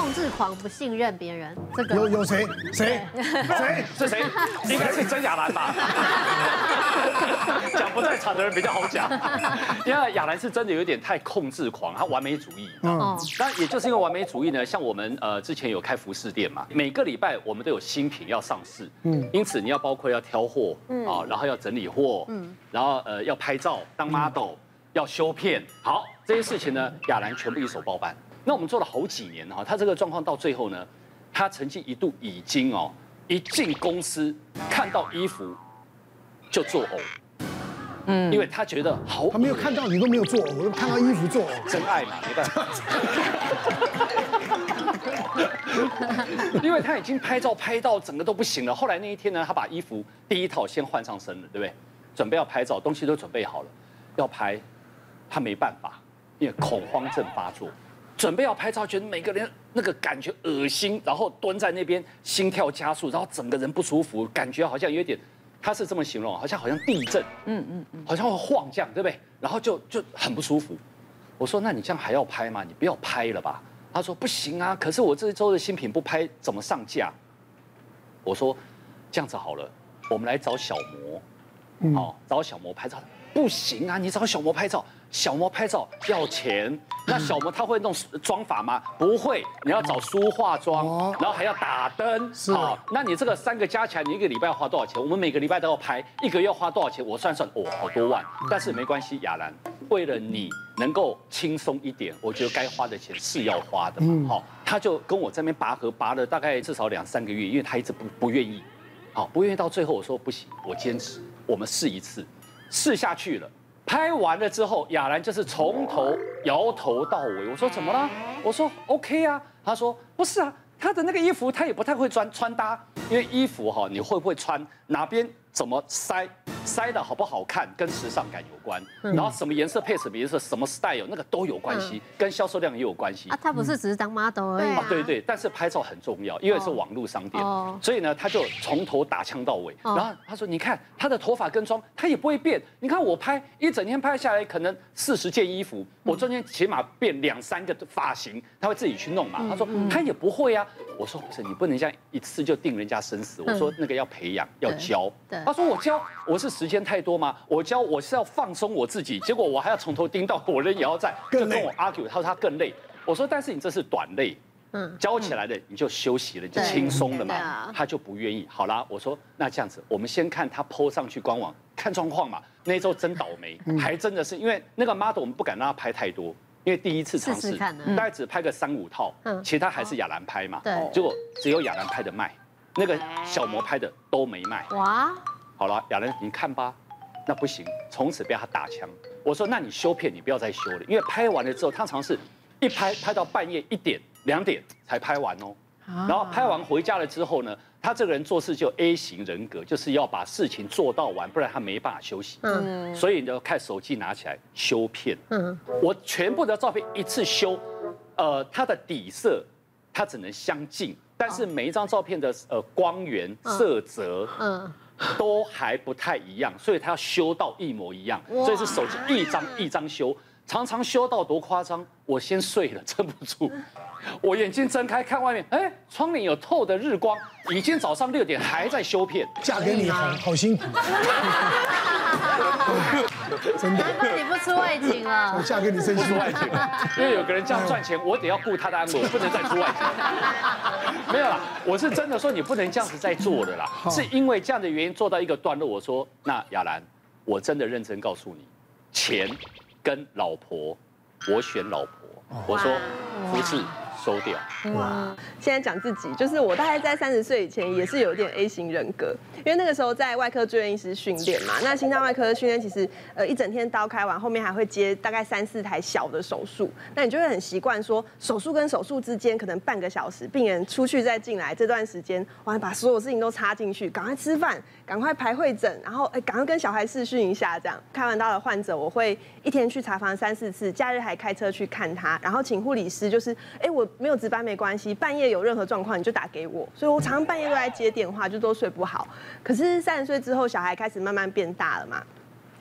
控制狂，不信任别人，这个有谁？ 是谁？应该是曾雅兰吧？讲不在场的人比较好讲，因为雅兰是真的有点太控制狂，她完美主义。那也就是因为完美主义呢，像我们之前有开服饰店嘛，每个礼拜我们都有新品要上市，因此你要包括要挑货啊，然后要整理货，然后要拍照当 model， 要修片，好这些事情呢，雅兰全部一手包办。那我们做了好几年哈，她这个状况到最后呢，她曾经一度已经一进公司看到衣服就作呕。因为他觉得好， 他没有看到你都没有做，我都看到衣服做， 真爱嘛，没办法。因为他已经拍照拍到整个都不行了。后来那一天呢，他把衣服第一套先换上身了，对不对？准备要拍照，东西都准备好了，要拍，他没办法，因为恐慌症发作。准备要拍照，觉得每个人那个感觉恶心，然后蹲在那边心跳加速，然后整个人不舒服，感觉好像有点。他是这么形容，好像地震，好像会晃这样，对不对？然后就很不舒服。我说，那你这样还要拍吗？你不要拍了吧。他说不行啊，可是我这周的新品不拍怎么上架？我说这样子好了，我们来找小模，好，找小模拍照。不行啊，你找小模拍照，小模拍照要钱。那小模他会弄妆法吗？不会，你要找梳化妆，然后还要打灯。好，那你这个3个加起来，你1个礼拜要花多少钱？我们每个礼拜都要拍，1个月要花多少钱？我算算，好多万。但是没关系，雅兰，为了你能够轻松一点，我觉得该花的钱是要花的嘛。好，他就跟我这边拔河，拔了大概至少2、3个月，因为他一直不愿意。好，不愿意到最后我说不行，我坚持，我们试一次。试下去了，拍完了之后，雅兰就是从头摇头到尾。我说怎么了？我说 OK 啊。他说不是啊，他的那个衣服他也不太会穿搭，因为衣服你会不会穿，哪边怎么塞的好不好看，跟时尚感有关。然后什么颜色配什么颜色，什么 style 那个都有关系，跟销售量也有关系。 他不是只是当 model 而已。 对，但是拍照很重要，因为是网络商店，所以呢，他就从头打枪到尾。然后他说，你看他的头发跟妆，他也不会变。你看我拍一整天拍下来，可能40件衣服，我中间起码变2、3个发型，他会自己去弄嘛。他说他也不会啊。我说不是，你不能这样一次就定人家生死。我说那个要培养，要教。他说我教，我是时间太多吗？我教我是要放松我自己，结果我还要从头盯到我人也要在，就跟我 argue。他说他更累。我说但是你这是短累，教起来的你就休息了，你就轻松了嘛。他就不愿意。好啦，我说那这样子，我们先看他 po 上去官网看状况嘛。那一周真倒霉，还真的是因为那个 model 我们不敢让他拍太多。因为第一次尝试，大概只拍个3、5套，其他还是雅兰拍嘛。结果只有雅兰拍的卖，那个小模拍的都没卖。哇！好了，雅兰你看吧，那不行，从此被他打枪。我说那你修片你不要再修了，因为拍完了之后，他常是一拍到半夜1点、2点才拍完哦。然后拍完回家了之后呢，他这个人做事就 A 型人格，就是要把事情做到完，不然他没办法休息。所以呢，看手机拿起来修片。我全部的照片一次修，它的底色它只能相近，但是每一张照片的光源、色泽，都还不太一样，所以他要修到一模一样。所以是手机一张一张修。常常修到多夸张，我先睡了，撑不住。我眼睛睁开看外面，窗帘有透的日光，已经早上6点还在修片。 嫁给你好辛苦，真的。 难怪你不出外景了。 我嫁给你真不出外景，因为有个人这样赚钱，我得要顾他的安危，我不能再出外景。没有啦，我是真的说你不能这样子再做的啦，是因为这样的原因做到一个段落。我说那雅兰，我真的认真告诉你，钱。跟老婆，我选老婆。我说服饰收掉。 哇！现在讲自己，就是我大概在30岁以前也是有一点 A 型人格，因为那个时候在外科住院医师训练嘛。那心脏外科训练其实一整天刀开完，后面还会接大概3、4台小的手术，那你就会很习惯说手术跟手术之间可能半个小时，病人出去再进来这段时间，我还把所有事情都插进去，赶快吃饭，赶快排会诊，然后赶快跟小孩视讯一下，这样开完刀的患者，我会一天去查房3、4次，假日还开车去看他，然后请护理师就是我没有值班没关系，半夜有任何状况你就打给我，所以我常常半夜都在接电话，就都睡不好。可是30岁之后，小孩开始慢慢变大了嘛。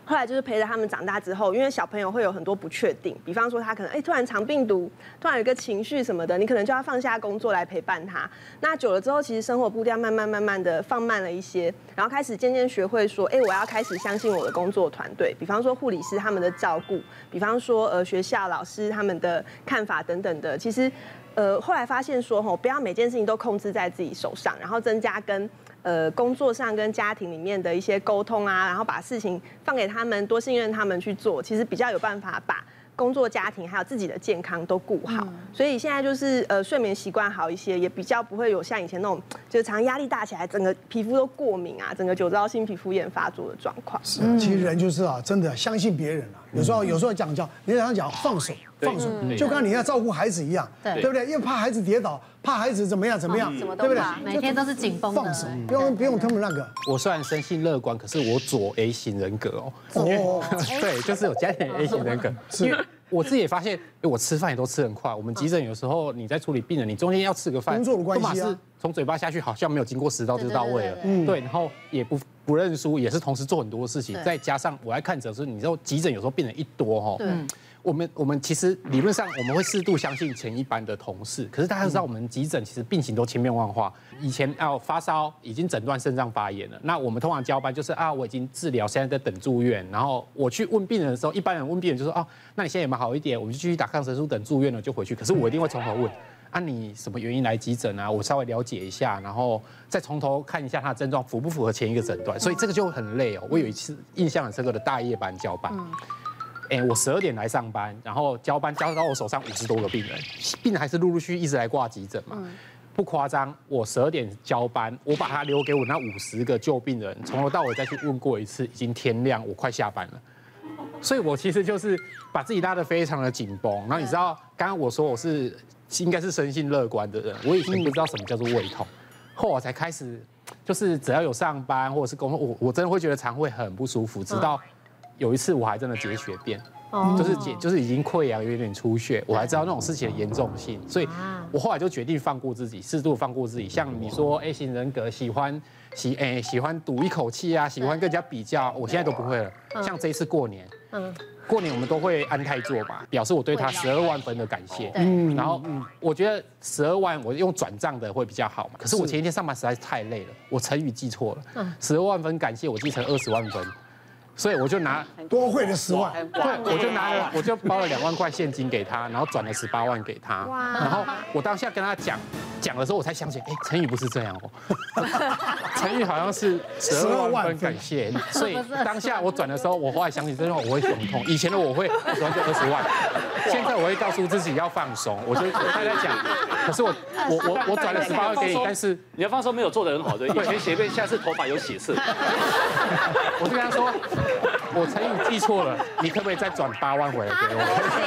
后来就是陪着他们长大之后，因为小朋友会有很多不确定，比方说他可能突然肠病毒，突然有一个情绪什么的，你可能就要放下工作来陪伴他。那久了之后，其实生活步调慢慢的放慢了一些，然后开始渐渐学会说，我要开始相信我的工作团队，比方说护理师他们的照顾，比方说学校老师他们的看法等等的，其实。后来发现说，不要每件事情都控制在自己手上，然后增加跟工作上跟家庭里面的一些沟通啊，然后把事情放给他们，多信任他们去做，其实比较有办法把工作、家庭还有自己的健康都顾好。所以现在就是睡眠习惯好一些，也比较不会有像以前那种就是常压力大起来，整个皮肤都过敏啊，整个酒糟性皮肤炎发作的状况。 是，其实人就是真的相信别人啊。有时候讲人家讲放手。放手，就跟你要照顾孩子一样，对不对？因为怕孩子跌倒，怕孩子怎么样，对不对？ 每天都是紧绷的， 放手，不用他们那个。 我虽然生性乐观，可是我左 A 型人格哦。对，就是有家庭 A 型人格。因为我自己也发现，我吃饭也都吃很快。我们急诊有时候你在处理病人，你中间要吃个饭， 工作的关系啊， 是从嘴巴下去，好像没有经过食道就到位了。对，然后也不认输，也是同时做很多事情，再加上我来看诊时，你知道急诊有时候病人一多哈。我们其实理论上我们会适度相信前一班的同事，可是大家知道我们急诊其实病情都千变万化。以前发烧已经诊断肾脏发炎了，那我们通常交班就是我已经治疗，现在在等住院。然后我去问病人的时候，一般人问病人就说那你现在有没有好一点？我们就继续打抗生素，等住院了就回去。可是我一定会从头问你什么原因来急诊啊？我稍微了解一下，然后再从头看一下他的症状符不符合前一个诊断。所以这个就很累哦。我有一次印象很深刻的大夜班交班。我12点来上班，然后交班交到我手上50多个病人，病人还是陆陆续续一直来挂急诊嘛，不夸张，我12点交班，我把他留给我那50个旧病人，从头到尾再去问过一次，已经天亮，我快下班了。所以我其实就是把自己拉得非常的紧绷。然后你知道，刚刚我说我应该是生性乐观的人，我以前不知道什么叫做胃痛，后来才开始，就是只要有上班或者是工作，我真的会觉得肠胃很不舒服，直到。有一次我还真的结血便，就是已经溃疡有点出血，我还知道那种事情的严重性，所以我后来就决定放过自己，适度放过自己。像你说 A 型人格喜欢赌一口气啊，喜欢跟人家比较，我现在都不会了。像这一次过年，我们都会安泰做吧，表示我对他12万分的感谢。然后我觉得12万我用转账的会比较好嘛，可是我前一天上班实在是太累了，我成语记错了，12万分感谢我记成20万分。所以我就拿多汇了10万， 对，我就包了2万块现金给他，然后转了18万给他。然后我当下跟他讲的时候，我才想起，成语不是这样成语好像是12万分感谢。所以当下我转的时候，我后来想起这句话，我会胸痛。以前的我会20万就20万，现在我会告诉自己要放松。我就他在讲，可是我转了18万给你，但是你要放松没有做得很好，对，以前血便，下次头发有血色。 我就跟他说。我成语记错了，你可不可以再转8万回来给我？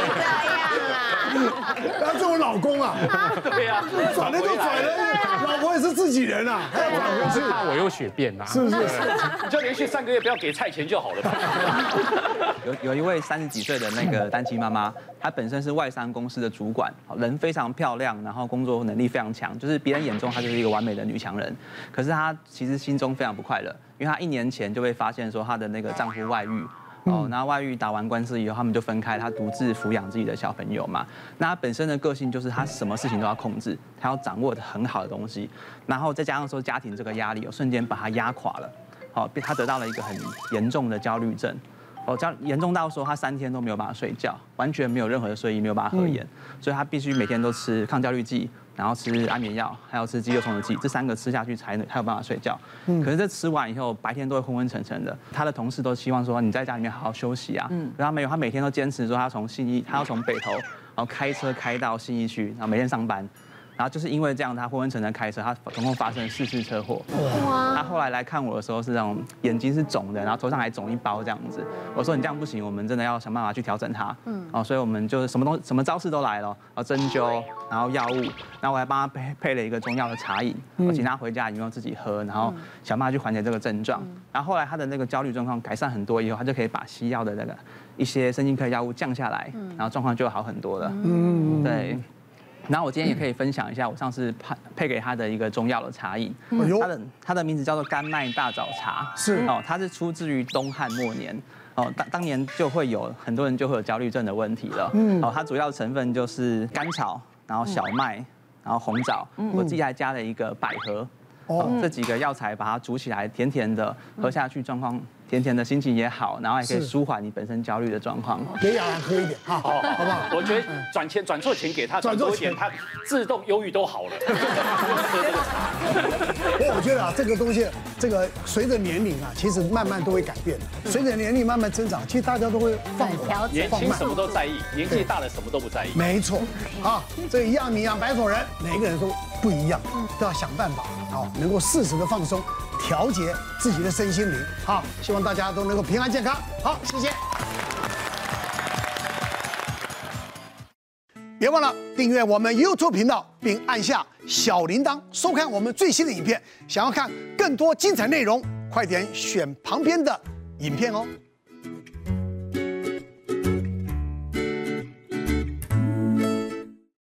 那这我老公啊， 对呀， 转了就转了，老婆也是自己人啊，还要转回去， 怕我又血便啦， 是不是？ 你就连续3个月不要给菜钱就好了吧？ 有一位30几岁的那个单亲妈妈，她本身是外商公司的主管，人非常漂亮，然后工作能力非常强，就是别人眼中她就是一个完美的女强人。可是她其实心中非常不快乐，因为她1年前就被发现说她的那个丈夫外遇。然后外遇打完官司以后，他们就分开，她独自抚养自己的小朋友嘛。那她本身的个性就是她什么事情都要控制，她要掌握很好的东西，然后再加上说家庭这个压力，瞬间把她压垮了。她得到了一个很严重的焦虑症。严重到说她3天都没有办法睡觉，完全没有任何的睡意，没有办法合眼，所以她必须每天都吃抗焦虑剂，然后吃安眠药，还有吃肌肉松弛剂，这3个吃下去才有办法睡觉。可是这吃完以后，白天都会昏昏沉沉的。她的同事都希望说你在家里面好好休息啊，可她没有，她每天都坚持说她要从北投，然后开车开到信义区，然后每天上班。然后就是因为这样，他昏昏沉沉开车，他总共发生了4次车祸。他后来来看我的时候是那种眼睛是肿的，然后头上还肿一包这样子。我说你这样不行，我们真的要想办法去调整他。所以我们就什么招式都来了，针灸，然后药物，然后我还帮他配了一个中药的茶饮，我请他回家饮用自己喝，然后想办法去缓解这个症状。然后后来他的那个焦虑状况改善很多以后，他就可以把西药的那个一些神经科药物降下来，然后状况就好很多了。对。然后我今天也可以分享一下我上次配给他的一个中药的茶饮，它的名字叫做甘麦大枣茶，它是出自于东汉末年。 当年就会有很多人就会有焦虑症的问题了。它主要成分就是甘草，然后小麦，然后红枣，我自己还加了一个百合。这几个药材把它煮起来，甜甜的，喝下去状况甜甜的，心情也好，然后也可以舒缓你本身焦虑的状况。 给亚兰喝一点，好不好？ 我觉得转错钱给他，转多一点，他自动忧郁都好了。 我觉得啊，这个东西，这个随着年龄啊，其实慢慢都会改变。随着年龄慢慢增长，其实大家都会放缓， 年轻什么都在意，年纪大了什么都不在意。 没错，啊，这一样米养百种人，每个人都不一样，都要想办法，能够适时的放松，调节自己的身心灵。好，希望大家都能够平安健康。好，谢谢。别忘了订阅我们 YouTube 频道，并按下小铃铛，收看我们最新的影片。想要看更多精彩内容，快点选旁边的影片哦。